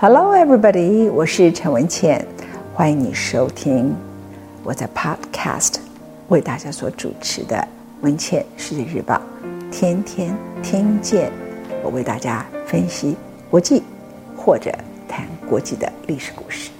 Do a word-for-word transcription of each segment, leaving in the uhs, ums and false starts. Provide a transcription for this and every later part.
Hello, everybody！ 我是陈文茜，欢迎你收听我在 Podcast 为大家所主持的文茜世界日报，天天听见我为大家分析国际或者谈国际的历史故事。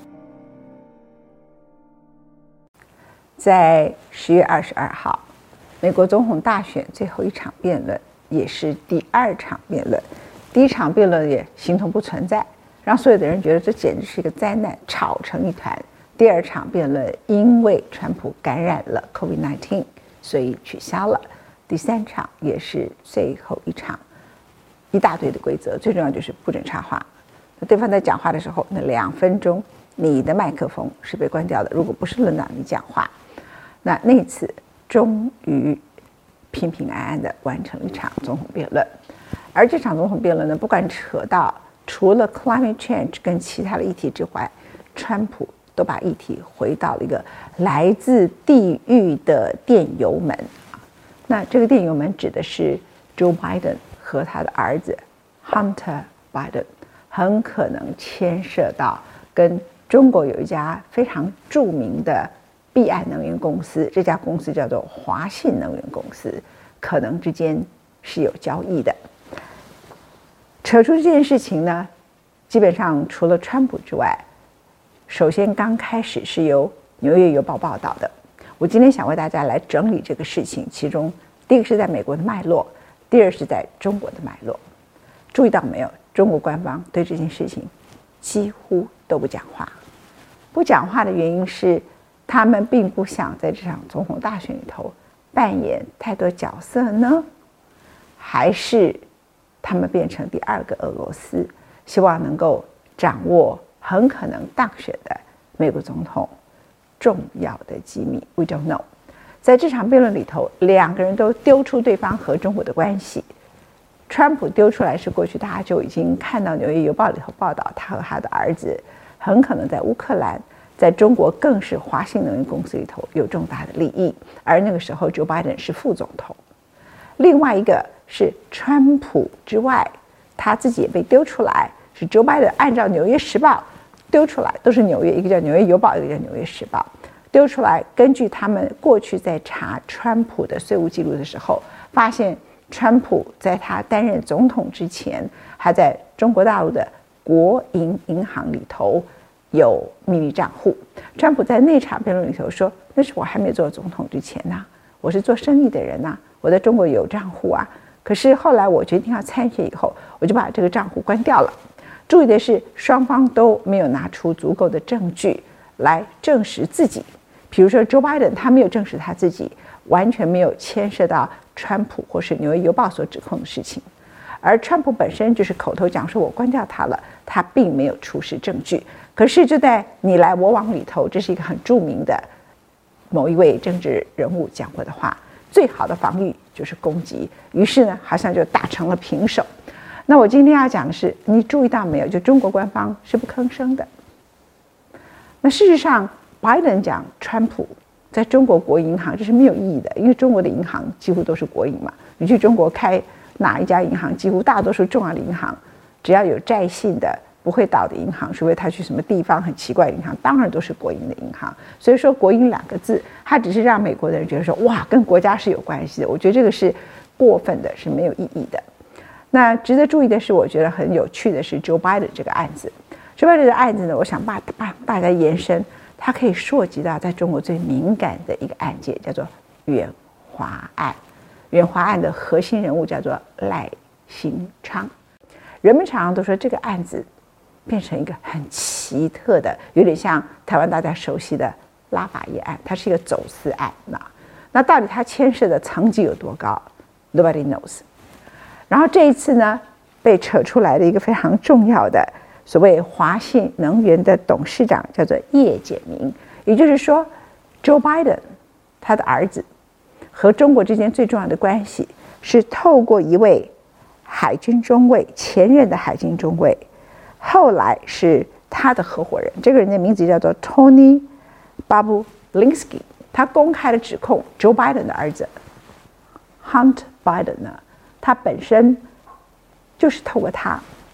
在十月二十二号，美国总统大选最后一场辩论，也是第二场辩论。第一场辩论也形同不存在，让所有的人觉得这简直是一个灾难，吵成一团。第二场辩论因为川普感染了 COVID 十九， 所以取消了。第三场也是最后一场，一大堆的规则，最重要就是不准插话。那对方在讲话的时候，那两分钟你的麦克风是被关掉的，如果不是轮到你讲话。那那次终于平平安安的完成了一场总统辩论。而这场总统辩论呢，不管扯到除了 climate change 跟其他的议题之外，川普都把议题回到了一个来自地狱的电油门。那这个电油门指的是 Joe Biden 和他的儿子 Hunter Biden， 很可能牵涉到跟中国有一家非常著名的避岸能源公司，这家公司叫做华信能源公司，可能之间是有交易的。扯出这件事情呢，基本上除了川普之外，首先刚开始是由纽约邮报报道的。我今天想为大家来整理这个事情，其中第一个是在美国的脉络，第二是在中国的脉络。注意到没有，中国官方对这件事情几乎都不讲话。不讲话的原因是他们并不想在这场总统大选里头扮演太多角色呢，还是他们变成第二个俄罗斯，希望能够掌握很可能当选的美国总统重要的机密 We don't know。 在这场辩论里头，两个人都丢出对方和中国的关系。川普丢出来是过去大家就已经看到纽约邮报里头报道，他和他的儿子很可能在乌克兰，在中国更是华信能源公司里头有重大的利益，而那个时候 Joe Biden 是副总统。另外一个是川普之外，他自己也被丢出来，是 Joe Biden 按照纽约时报丢出来，都是纽约，一个叫纽约邮报，一个叫纽约时报，丢出来。根据他们过去在查川普的税务记录的时候，发现川普在他担任总统之前，还在中国大陆的国营银行里头有秘密账户。川普在那场辩论里头说，那是我还没做总统之前呢、啊，我是做生意的人呐、啊，我在中国有账户啊。可是后来我决定要参选以后，我就把这个账户关掉了。注意的是，双方都没有拿出足够的证据来证实自己。比如说 Joe Biden 他没有证实他自己完全没有牵涉到川普或是纽约邮报所指控的事情，而川普本身就是口头讲说我关掉他了，他并没有出示证据。可是就在你来我往里头，这是一个很著名的某一位政治人物讲过的话，最好的防御就是攻击。于是呢，好像就打成了平手。那我今天要讲的是，你注意到没有，就中国官方是不吭声的。那事实上拜登讲川普在中国国营银行，这是没有意义的，因为中国的银行几乎都是国营嘛。你去中国开哪一家银行，几乎大多数重要的银行，只要有债信的不会倒的银行，除非他去什么地方很奇怪的银行，当然都是国营的银行。所以说国营两个字，它只是让美国的人觉得说，哇，跟国家是有关系的。我觉得这个是过分的，是没有意义的。那值得注意的是，我觉得很有趣的是 Joe Biden 这个案子。Joe Biden 的案子呢，我想把把大家延伸，它可以涉及到在中国最敏感的一个案件，叫做远华案。远华案的核心人物叫做赖兴昌。人们常常都说这个案子变成一个很奇特的，有点像台湾大家熟悉的拉法叶案，它是一个走私案。那那到底它牵涉的层级有多高 ？Nobody knows。然后这一次呢，被扯出来的一个非常重要的所谓华信能源的董事长叫做叶简明，也就是说 ，Joe Biden 他的儿子和中国之间最重要的关系是透过一位海军中尉，前任的海军中尉，后来是他的合伙人，这个人的名字叫做 Tony Bobulinski， 他公开的指控 Joe Biden 的儿子 Hunter Biden 呢，他本身就是透过他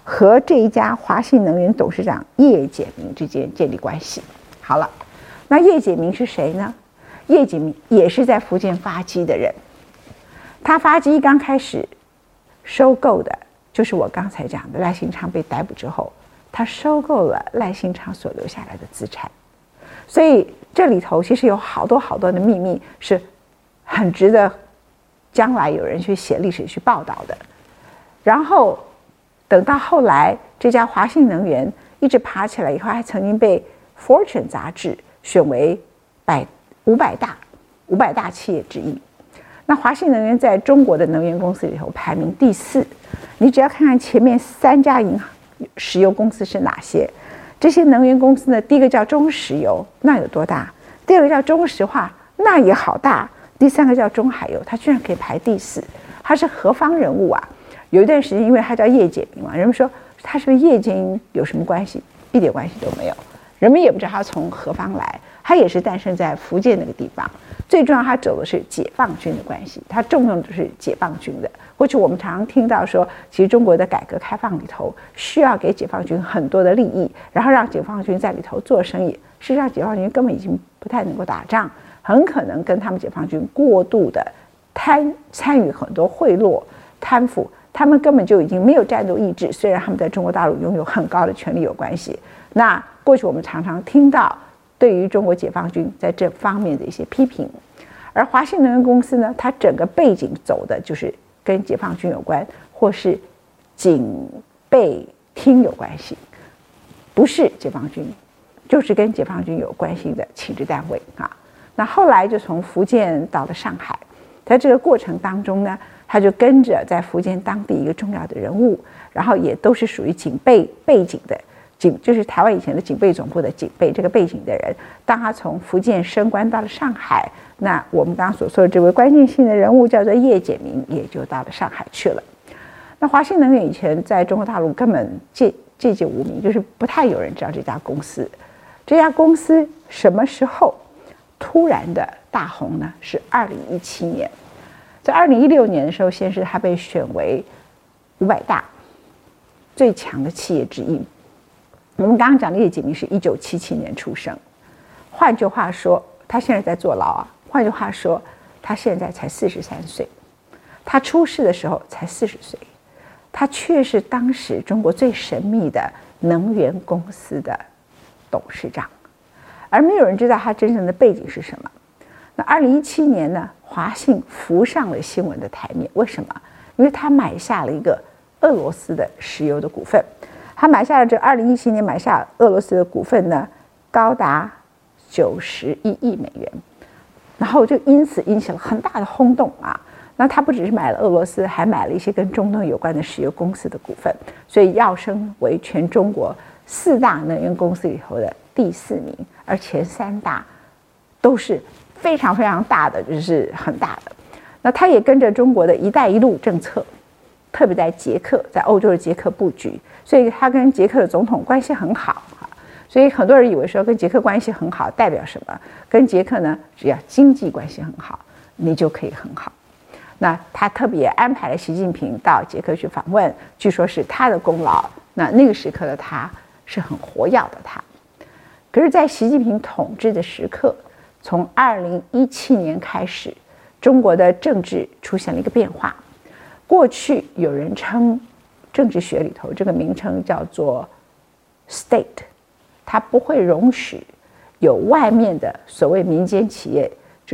和这一家华信能源董事长叶简明之间建立关系。好了，那叶简明是谁呢？叶简明也是在福建发迹的人，他发迹刚开始收购的就是我刚才讲的赖兴昌被逮捕之后，他收购了赖兴昌所留下来的资产，所以这里头其实有好多好多的秘密是很值得将来有人去写历史去报道的。然后等到后来这家华信能源一直爬起来以后，还曾经被 Fortune 杂志选为百五百大五百大企业之一。那华信能源在中国的能源公司里头排名第四，你只要看看前面三家银行石油公司是哪些，这些能源公司呢，第一个叫中石油，那有多大？第二个叫中石化，那也好大。第三个叫中海油，它居然可以排第四，它是何方人物啊？有一段时间，因为他叫叶简明嘛，人们说他是不是叶剑英有什么关系？一点关系都没有，人们也不知道他从何方来，他也是诞生在福建那个地方。最重要，他走的是解放军的关系，他重用的是解放军的。过去我们常常听到说，其实中国的改革开放里头需要给解放军很多的利益，然后让解放军在里头做生意。事实上，解放军根本已经不太能够打仗，很可能跟他们解放军过度的贪参与很多贿赂、贪腐。他们根本就已经没有战斗意志，虽然他们在中国大陆拥有很高的权力有关系。那过去我们常常听到对于中国解放军在这方面的一些批评，而华信能源公司呢，它整个背景走的就是跟解放军有关，或是警备厅有关系，不是解放军，就是跟解放军有关系的情治单位啊。那后来就从福建到了上海，在这个过程当中呢，他就跟着在福建当地一个重要的人物，然后也都是属于警备背景的警，就是台湾以前的警备总部的警备这个背景的人。当他从福建升官到了上海，那我们刚刚所说的这位关键性的人物叫做叶简明，也就到了上海去了。那华信能源以前在中国大陆根本借借借无名，就是不太有人知道这家公司。这家公司什么时候突然的大红呢？是二零一七年。在二零一六年的时候，先是他被选为五百大最强的企业之一。我们刚刚讲的叶简明是一九七七年出生，换句话说，他现在在坐牢啊。换句话说，他现在才四十三岁，他出事的时候才四十岁，他却是当时中国最神秘的能源公司的董事长，而没有人知道他真正的背景是什么。那二零一七年呢，华信浮上了新闻的台面，为什么？因为他买下了一个俄罗斯的石油的股份，他买下了这二零一七年买下俄罗斯的股份呢，高达九十一亿美元，然后就因此引起了很大的轰动啊。那他不只是买了俄罗斯，还买了一些跟中东有关的石油公司的股份，所以跃升为全中国四大能源公司里头的第四名，而前三大都是非常非常大的，就是很大的。那他也跟着中国的一带一路政策，特别在捷克，在欧洲的捷克布局，所以他跟捷克的总统关系很好。所以很多人以为说跟捷克关系很好代表什么？跟捷克呢，只要经济关系很好，你就可以很好。那他特别安排了习近平到捷克去访问，据说是他的功劳。那那个时刻的他是很活跃的他。可是，在习近平统治的时刻，从二零一七年开始，中国的政治出现了一个变化。过去有人称政治学里头这个名称叫做 state， 它不会容许有外面的所谓民间企业，就是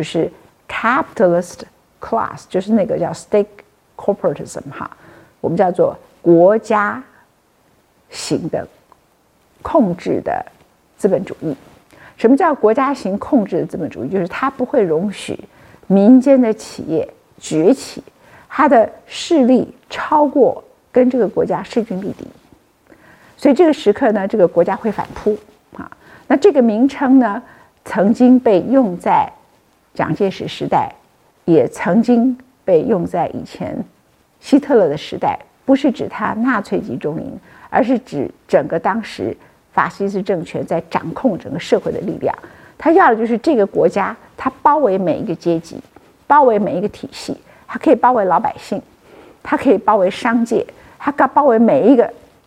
capitalist class， 就是那个叫 state corporatism 哈，我们叫做国家型的控制的资本主义。什么叫国家型控制的资本主义？就是它不会容许民间的企业崛起，它的势力超过跟这个国家势均力敌。所以这个时刻呢，这个国家会反扑啊。那这个名称呢，曾经被用在蒋介石时代，也曾经被用在以前希特勒的时代，不是指他纳粹集中营，而是指整个当时法西斯政权在掌控整个社会的力量。他要的就是这个国家，它包围每一个阶级，包围每一个体系，它可以包围老百姓，它可以包围商界，它可以包围每一个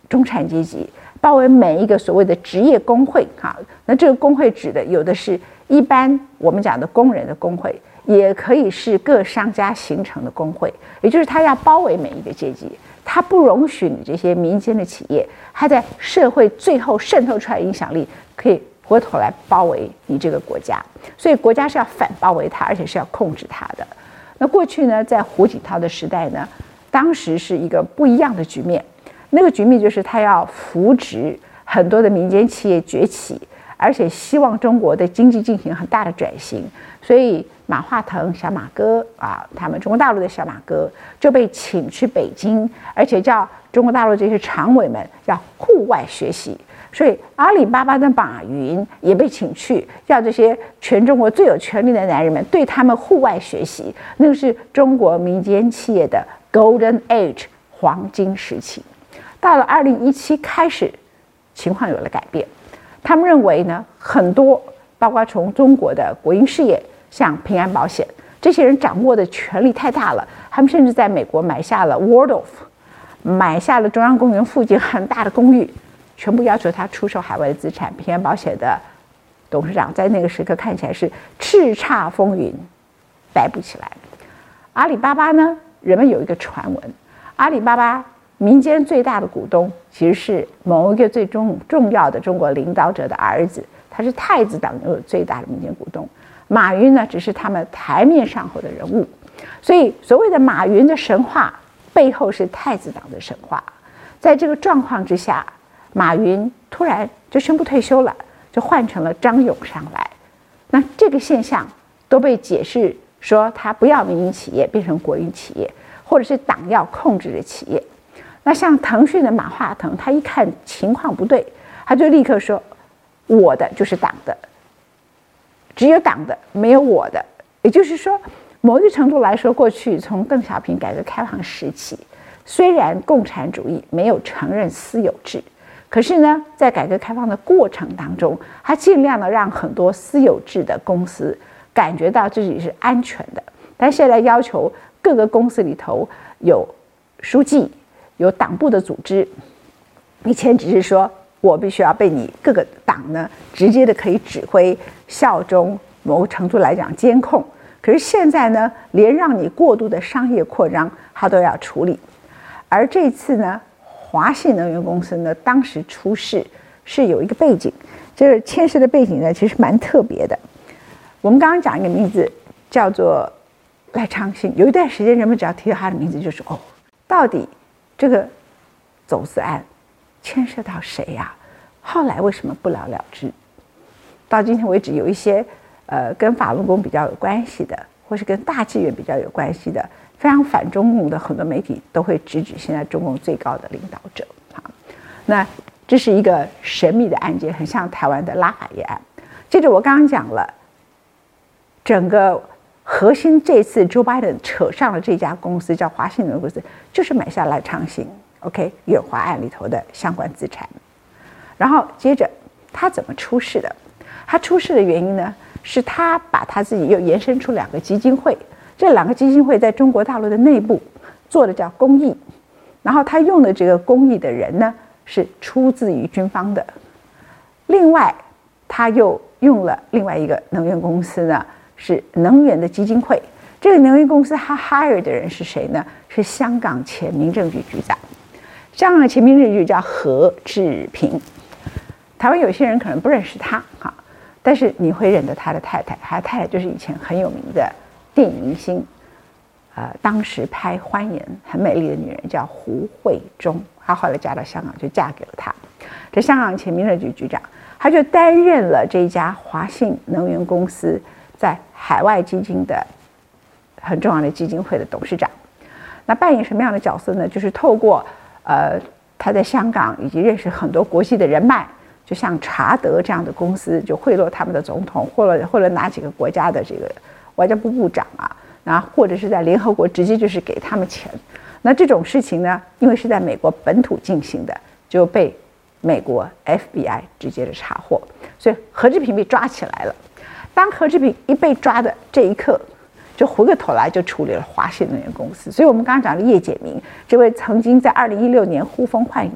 中产阶级，包围每一个所谓的职业工会哈。那这个工会指的有的是一般我们讲的工人的工会，也可以是各商家形成的工会，也就是他要包围每一个阶级，他不容许你这些民间的企业，他在社会最后渗透出来的影响力可以回头来包围你这个国家，所以国家是要反包围它，而且是要控制它的。那过去呢，在胡锦涛的时代呢，当时是一个不一样的局面，那个局面就是他要扶植很多的民间企业崛起，而且希望中国的经济进行很大的转型，所以马化腾、小马哥啊，他们中国大陆的小马哥就被请去北京，而且叫中国大陆这些常委们要户外学习。所以阿里巴巴的马云也被请去，要这些全中国最有权力的男人们对他们户外学习。那个是中国民间企业的 Golden Age 黄金时期。到了二零一七开始，情况有了改变。他们认为呢，很多包括从中国的国营事业，像平安保险，这些人掌握的权力太大了，他们甚至在美国买下了 Waldorf， 买下了中央公园附近很大的公寓。全部要求他出售海外的资产。平安保险的董事长在那个时刻看起来是叱咤风云，逮捕起来。阿里巴巴呢，人们有一个传闻，阿里巴巴民间最大的股东其实是某一个最重重要的中国领导者的儿子，他是太子党有最大的民间股东。马云呢，只是他们台面上后的人物，所以所谓的马云的神话背后是太子党的神话。在这个状况之下，马云突然就宣布退休了，就换成了张勇上来。那这个现象都被解释说他不要民营企业，变成国营企业，或者是党要控制的企业。那像腾讯的马化腾，他一看情况不对，他就立刻说我的就是党的，只有党的没有我的。也就是说，某一个程度来说，过去从邓小平改革开放时期，虽然共产主义没有承认私有制，可是呢，在改革开放的过程当中，他尽量的让很多私有制的公司感觉到自己是安全的。但现在要求各个公司里头有书记，有党部的组织。以前只是说我必须要被你各个党呢直接的可以指挥、效忠，某个程度来讲监控。可是现在呢，连让你过度的商业扩张，他都要处理。而这次呢，华信能源公司呢，当时出事是有一个背景，这个牵涉的背景呢，其实蛮特别的。我们刚刚讲一个名字叫做赖昌星，有一段时间人们只要提到他的名字，就是哦，到底这个走私案牵涉到谁呀？后来为什么不了了之？到今天为止，有一些呃跟法轮功比较有关系的，或是跟大纪元比较有关系的，非常反中共的很多媒体都会直指现在中共最高的领导者。好，那这是一个神秘的案件，很像台湾的拉法叶案。接着我刚刚讲了，整个核心这次 Joe Biden 扯上了这家公司叫华信能源公司，就是买下赖昌星 OK 远华案里头的相关资产。然后接着他怎么出事的？他出事的原因呢，是他把他自己又延伸出两个基金会，这两个基金会在中国大陆的内部做的叫公益，然后他用的这个公益的人呢是出自于军方的。另外他又用了另外一个能源公司呢，是能源的基金会。这个能源公司他 hire 的人是谁呢？是香港前民政局局长，香港前民政局叫何志平。台湾有些人可能不认识他哈，但是你会认得他的太太，他的太太就是以前很有名的电影明星，呃，当时拍《欢颜》很美丽的女人叫胡慧中，她后来嫁到香港就嫁给了他。这香港前民政局局长，他就担任了这家华信能源公司在海外基金的很重要的基金会的董事长。那扮演什么样的角色呢？就是透过呃他在香港以及认识很多国际的人脉，就像查德这样的公司，就贿赂他们的总统，或者或者哪几个国家的这个外交部部长啊，那或者是在联合国直接就是给他们钱。那这种事情呢，因为是在美国本土进行的，就被美国 F B I 直接的查获，所以何志平被抓起来了。当何志平一被抓的这一刻，就回过头来就处理了华信能源公司。所以我们刚刚讲的叶简明，这位曾经在二零一六年呼风唤雨，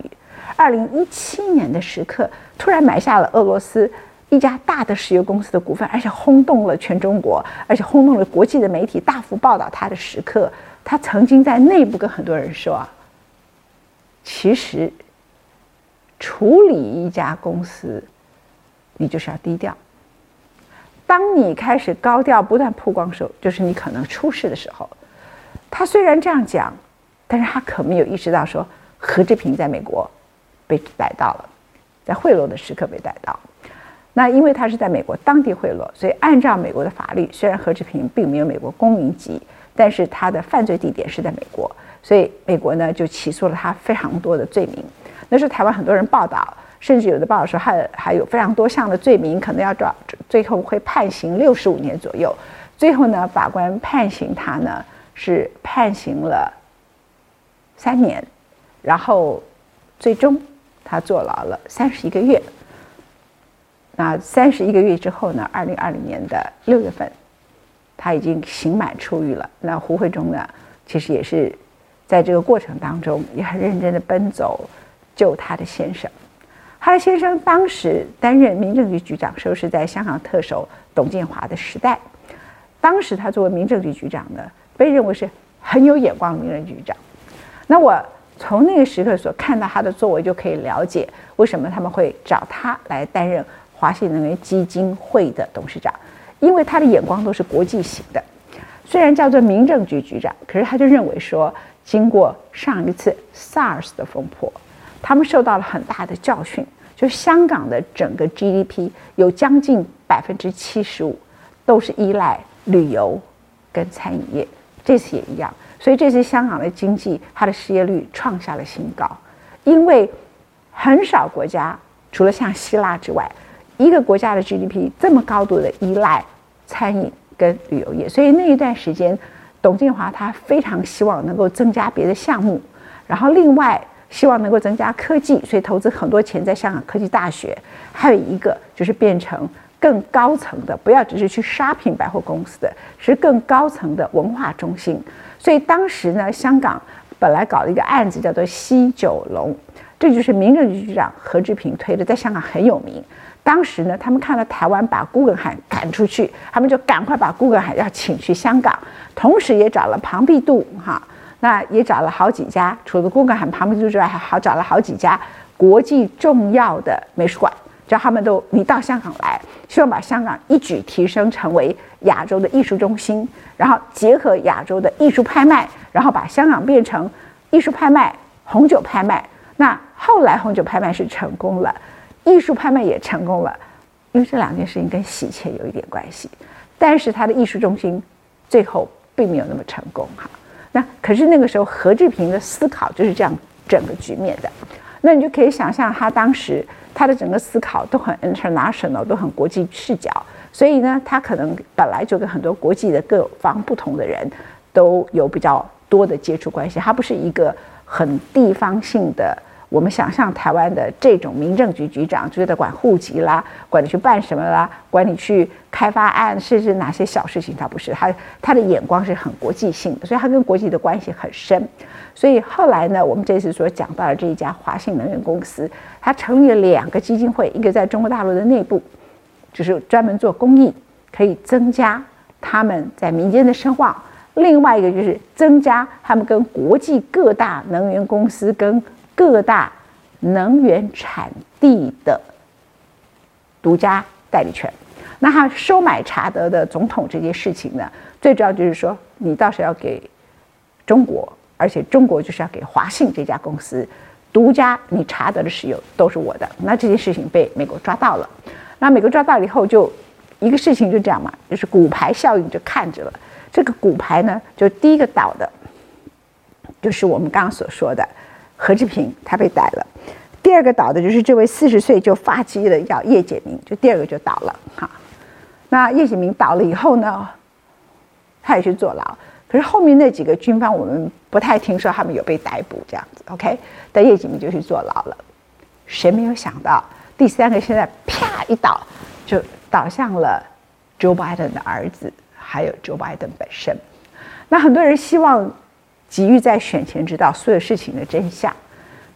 二零一七年的时刻，突然买下了俄罗斯一家大的石油公司的股份，而且轰动了全中国，而且轰动了国际的媒体，大幅报道他的时刻。他曾经在内部跟很多人说，其实处理一家公司，你就是要低调。当你开始高调不断曝光的时候，就是你可能出事的时候。他虽然这样讲，但是他可没有意识到说何志平在美国被逮到了，在贿赂的时刻被逮到。那因为他是在美国当地贿赂，所以按照美国的法律，虽然何志平并没有美国公民籍，但是他的犯罪地点是在美国，所以美国呢就起诉了他非常多的罪名。那时候台湾很多人报道，甚至有的报道说还还有非常多项的罪名，可能要抓，最后会判刑六十五年左右。最后呢，法官判刑他呢是判刑了三年，然后最终他坐牢了三十一个月。那三十一个月之后呢，二零二零年的六月份，他已经刑满出狱了。那胡慧中呢，其实也是在这个过程当中也很认真的奔走救他的先生。他的先生当时担任民政局局长时候是在香港特首董建华的时代，当时他作为民政局局长呢，被认为是很有眼光的民政局局长。那我从那个时刻所看到他的作为，就可以了解为什么他们会找他来担任华信能源基金会的董事长，因为他的眼光都是国际型的。虽然叫做民政局局长，可是他就认为说，经过上一次 SARS 的风波，他们受到了很大的教训，就香港的整个 G D P 有将近百分之七十五都是依赖旅游跟餐饮业，这次也一样。所以这次香港的经济，它的失业率创下了新高，因为很少国家除了像希腊之外，一个国家的 G D P 这么高度的依赖餐饮跟旅游业，所以那一段时间，董建华他非常希望能够增加别的项目，然后另外希望能够增加科技，所以投资很多钱在香港科技大学。还有一个就是变成更高层的，不要只是去 shopping 百货公司的，是更高层的文化中心。所以当时呢，香港本来搞了一个案子叫做西九龙，这就是民政局局长何志平推的，在香港很有名。当时呢，他们看到台湾把顾根海赶出去，他们就赶快把顾根海要请去香港，同时也找了庞毕度哈，那也找了好几家，除了顾根海、庞毕度之外，还好找了好几家国际重要的美术馆，叫他们都你到香港来，希望把香港一举提升成为亚洲的艺术中心，然后结合亚洲的艺术拍卖，然后把香港变成艺术拍卖、红酒拍卖。那后来红酒拍卖是成功了，艺术拍卖也成功了，因为这两件事情跟洗钱有一点关系，但是他的艺术中心最后并没有那么成功哈。那可是那个时候何志平的思考就是这样整个局面的，那你就可以想象他当时他的整个思考都很 international， 都很国际视角，所以呢，他可能本来就跟很多国际的各方不同的人都有比较多的接触关系，他不是一个很地方性的。我们想象台湾的这种民政局局长，就是在管户籍啦，管你去办什么啦，管你去开发案，甚至哪些小事情，他不是，他他的眼光是很国际性的，所以他跟国际的关系很深。所以后来呢，我们这次所讲到的这一家华信能源公司，它成立了两个基金会，一个在中国大陆的内部，就是专门做公益，可以增加他们在民间的声望；另外一个就是增加他们跟国际各大能源公司跟各大能源产地的独家代理权。那他收买查德的总统这件事情呢，最主要就是说，你到时候要给中国，而且中国就是要给华信这家公司独家，你查德的石油都是我的。那这件事情被美国抓到了，那美国抓到了以后，就一个事情就这样嘛，就是骨牌效应就看着了。这个骨牌呢，就第一个倒的，就是我们刚刚所说的。何志平他被逮了，第二个倒的就是这位四十岁就发迹的叫叶简明，就第二个就倒了哈。那叶简明倒了以后呢，他也去坐牢，可是后面那几个军方我们不太听说他们有被逮捕这样子 ，OK？ 但叶简明就去坐牢了。谁没有想到第三个现在啪一倒就倒向了 Joe Biden 的儿子，还有 Joe Biden 本身。那很多人希望急于在选前知道所有事情的真相，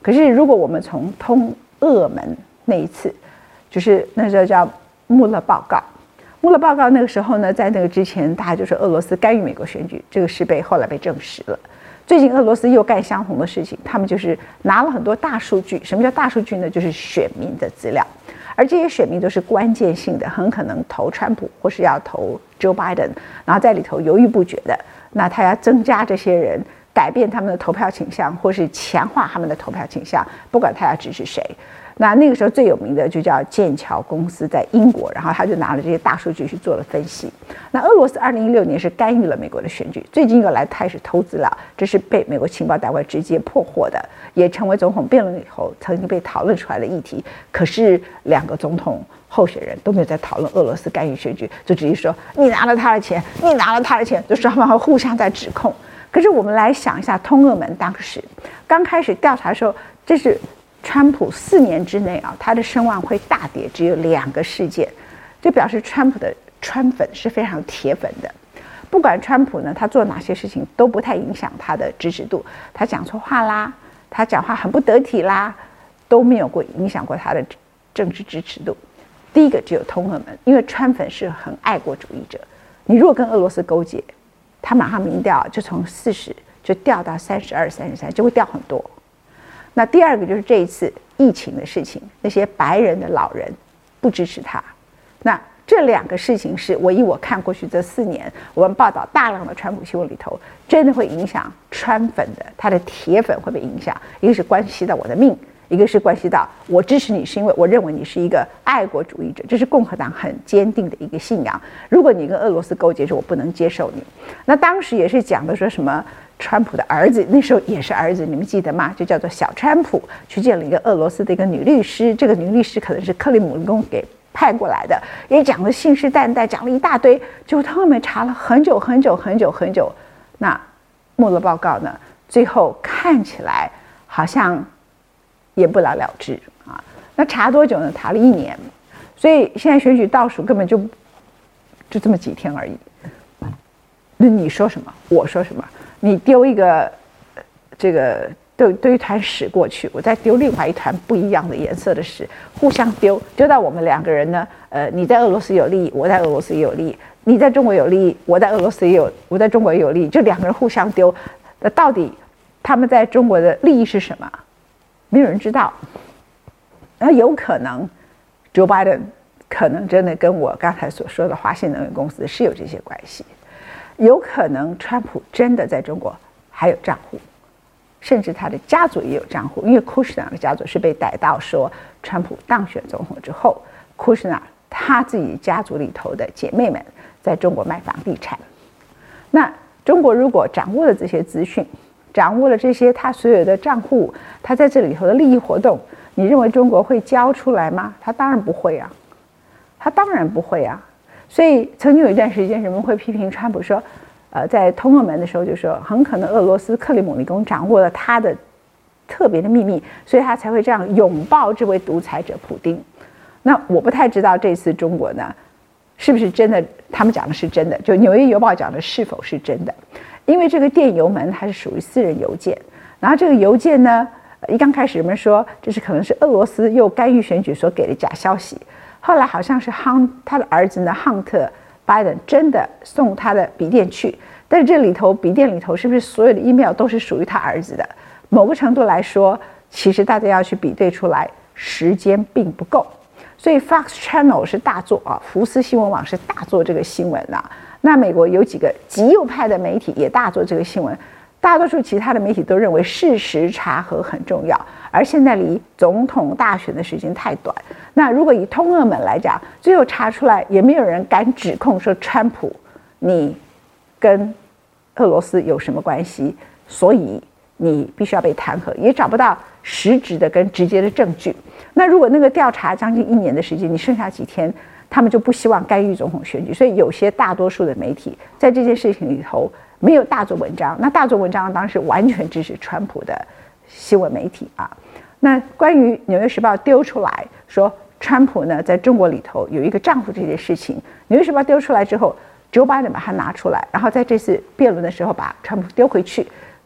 可是如果我们从通俄门那一次，就是那时候叫穆勒报告，穆勒报告那个时候呢，在那个之前，大家就说俄罗斯干预美国选举，这个是被后来被证实了。最近俄罗斯又干相同的事情，他们就是拿了很多大数据。什么叫大数据呢？就是选民的资料，而这些选民都是关键性的，很可能投川普或是要投 Joe Biden， 然后在里头犹豫不决的。那他要增加这些人，改变他们的投票倾向，或是强化他们的投票倾向，不管他要支持谁。那那个时候最有名的就叫剑桥公司，在英国，然后他就拿了这些大数据去做了分析。那俄罗斯二零一六年是干预了美国的选举，最近又来开始偷资料，这是被美国情报单位直接破获的，也成为总统辩论以后曾经被讨论出来的议题。可是两个总统候选人都没有在讨论俄罗斯干预选举，就直接说你拿了他的钱，你拿了他的钱，就双方互相在指控。可是我们来想一下，通俄门当时刚开始调查的时候，这是川普四年之内啊，他的声望会大跌，只有两个事件，就表示川普的川粉是非常铁粉的。不管川普呢，他做哪些事情都不太影响他的支持度，他讲错话啦，他讲话很不得体啦，都没有过影响过他的政治支持度。第一个只有通俄门，因为川粉是很爱国主义者，你如果跟俄罗斯勾结，他马上民调就从四十就掉到三十二、三十三，就会掉很多。那第二个就是这一次疫情的事情，那些白人的老人不支持他。那这两个事情是我以我看过去这四年我们报道大量的川普新闻里头，真的会影响川粉的，他的铁粉会被影响。一个是关系到我的命，一个是关系到我支持你是因为我认为你是一个爱国主义者，这是共和党很坚定的一个信仰。如果你跟俄罗斯勾结，说我不能接受你。那当时也是讲的说什么川普的儿子，那时候也是儿子，你们记得吗？就叫做小川普，去见了一个俄罗斯的一个女律师，这个女律师可能是克里姆林宫给派过来的，也讲了信誓旦旦，讲了一大堆，结果他们查了很久很久很久很久。那穆勒报告呢，最后看起来好像也不了了之啊。那查多久呢？查了一年，所以现在选举倒数根本就就这么几天而已。那你说什么，我说什么，你丢一个这个丢丢一团屎过去，我再丢另外一团不一样的颜色的屎，互相丢，丢到我们两个人呢，呃，你在俄罗斯有利益，我在俄罗斯也有利益，你在中国有利益，我在俄罗斯也有，我在中国也有利益，就两个人互相丢。那到底他们在中国的利益是什么？没有人知道。然后有可能 Joe Biden 可能真的跟我刚才所说的华信能源公司是有这些关系，有可能川普真的在中国还有账户，甚至他的家族也有账户，因为库什纳的家族是被逮到说川普当选总统之后，库什纳他自己家族里头的姐妹们在中国卖房地产。那中国如果掌握了这些资讯，掌握了这些他所有的账户，他在这里头的利益活动，你认为中国会交出来吗？他当然不会啊，他当然不会啊。所以曾经有一段时间，人们会批评川普说，呃，在通俄门的时候就说，很可能俄罗斯克里姆林宫掌握了他的特别的秘密，所以他才会这样拥抱这位独裁者普丁。那我不太知道这次中国呢，是不是真的？他们讲的是真的，就《纽约邮报》讲的是否是真的？因为这个电邮门它是属于私人邮件，然后这个邮件呢，一刚开始人们说这是可能是俄罗斯又干预选举所给的假消息，后来好像是亨他的儿子呢，亨特拜登真的送他的笔电去，但是这里头笔电里头是不是所有的 email 都是属于他儿子的？某个程度来说，其实大家要去比对出来，时间并不够。所以 Fox Channel 是大做啊，福斯新闻网是大做这个新闻啊。那美国有几个极右派的媒体也大做这个新闻，大多数其他的媒体都认为事实查核很重要，而现在离总统大选的时间太短。那如果以通俄门来讲，最后查出来也没有人敢指控说川普你跟俄罗斯有什么关系，所以你必须要被弹劾，也找不到实质的跟直接的证据。那如果那个调查将近一年的时间，你剩下几天，他们就不希望干预总统选举，所以有些大多数的媒体在这件事情里头没有大做文章。那大做文章当然是完全支持川普的新闻媒体啊。那关于《纽约时报》丢出来说川普呢在中国里头有一个账户这件事情，《纽约时报》丢出来之后， Joe Biden 把它拿出来，然后在这次辩论的时候把川普丢回去，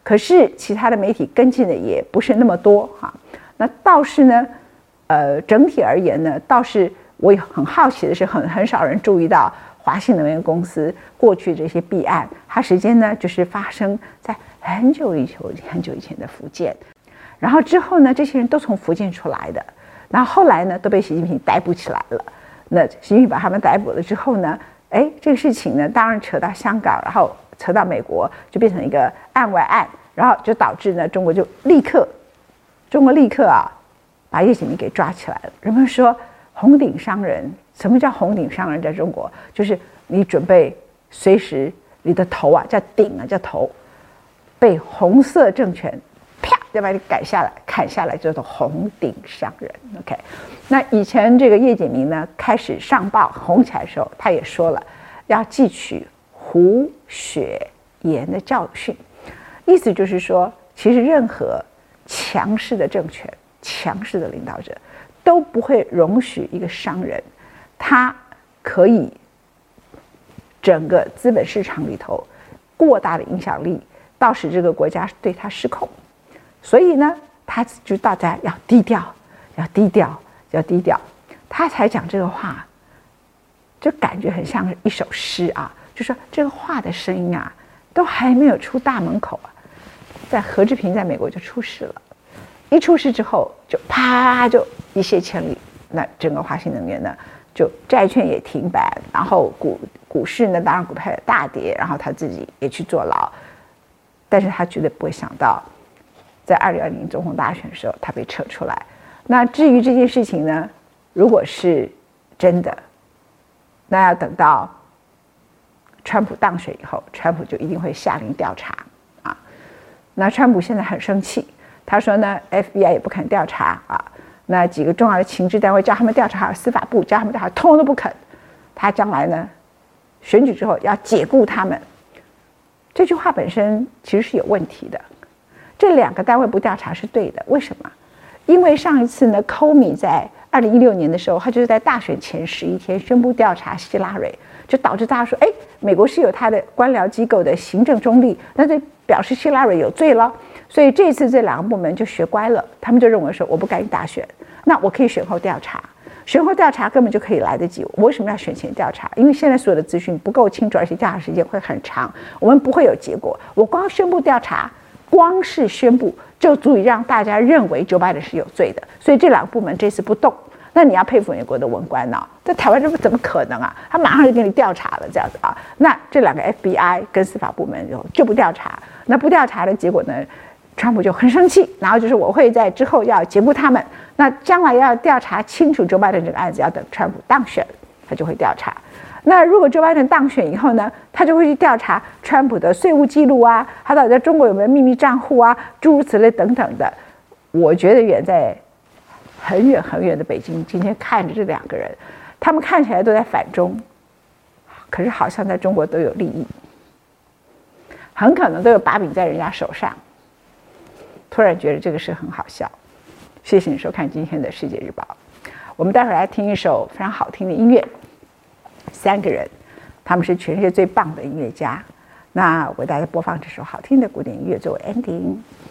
可是其他的媒体跟进的也不是那么多哈。那倒是呢，呃，整体而言呢，倒是我也很好奇的是很，很很少人注意到华信能源公司过去这些弊案，它时间呢就是发生在很久以前、很久以前的福建，然后之后呢，这些人都从福建出来的，然后后来呢都被习近平逮捕起来了。那习近平把他们逮捕了之后呢，哎，这个事情呢，当然扯到香港，然后扯到美国，就变成一个案外案，然后就导致呢，中国就立刻，中国立刻啊，把叶简明给抓起来了。人们说红顶商人，什么叫红顶商人？在中国，就是你准备随时你的头啊，叫顶啊，叫头，被红色政权啪就把你赶下来，砍下来，叫做红顶商人。OK， 那以前这个叶简明呢，开始上报红起来的时候，他也说了，要汲取胡雪岩的教训，意思就是说，其实任何强势的政权、强势的领导者，都不会容许一个商人，他可以整个资本市场里头过大的影响力，到使这个国家对他失控。所以呢，他就大家要低调，要低调，要低调。他才讲这个话，就感觉很像一首诗啊，就说这个话的声音啊，都还没有出大门口啊，在何志平在美国就出事了，一出事之后就啪就一泻千里，那整个华信能源呢，就债券也停板，然后股股市呢，当然股票也大跌，然后他自己也去坐牢，但是他绝对不会想到，在二零二零总统大选的时候，他被扯出来。那至于这件事情呢，如果是真的，那要等到川普当选以后，川普就一定会下令调查啊。那川普现在很生气，他说呢 ，F B I 也不肯调查啊。那几个重要的情治单位叫他们调查，还有司法部叫他们调查，通通都不肯。他将来呢，选举之后要解雇他们。这句话本身其实是有问题的。这两个单位不调查是对的，为什么？因为上一次呢 ，Comey 在二零一六年的时候，他就是在大选前十一天宣布调查希拉蕊，就导致大家说，哎，美国是有他的官僚机构的行政中立，那就表示希拉蕊有罪了。所以这次这两个部门就学乖了，他们就认为说，我不干预大选，那我可以选后调查，选后调查根本就可以来得及。我为什么要选前调查？因为现在所有的资讯不够清楚，而且调查时间会很长，我们不会有结果。我光宣布调查，光是宣布就足以让大家认为 Joe Biden 是有罪的，所以这两个部门这次不动。那你要佩服美国的文官呢、哦，在台湾这怎么可能啊？他马上就给你调查了，这样子啊。那这两个 F B I 跟司法部门就就不调查，那不调查的结果呢，川普就很生气，然后就是我会在之后要解雇他们。那将来要调查清楚 Joe Biden 这个案子，要等川普当选，他就会调查。那如果 Joe Biden 当选以后呢，他就会去调查川普的税务记录啊，他到底在中国有没有秘密账户啊，诸如此类等等的。我觉得远在很远很远的北京，今天看着这两个人，他们看起来都在反中，可是好像在中国都有利益，很可能都有把柄在人家手上。突然觉得这个事很好笑。谢谢你收看今天的世界日报。我们待会儿来听一首非常好听的音乐，三个人，他们是全世界最棒的音乐家。那我为大家播放这首好听的古典音乐作为 ending。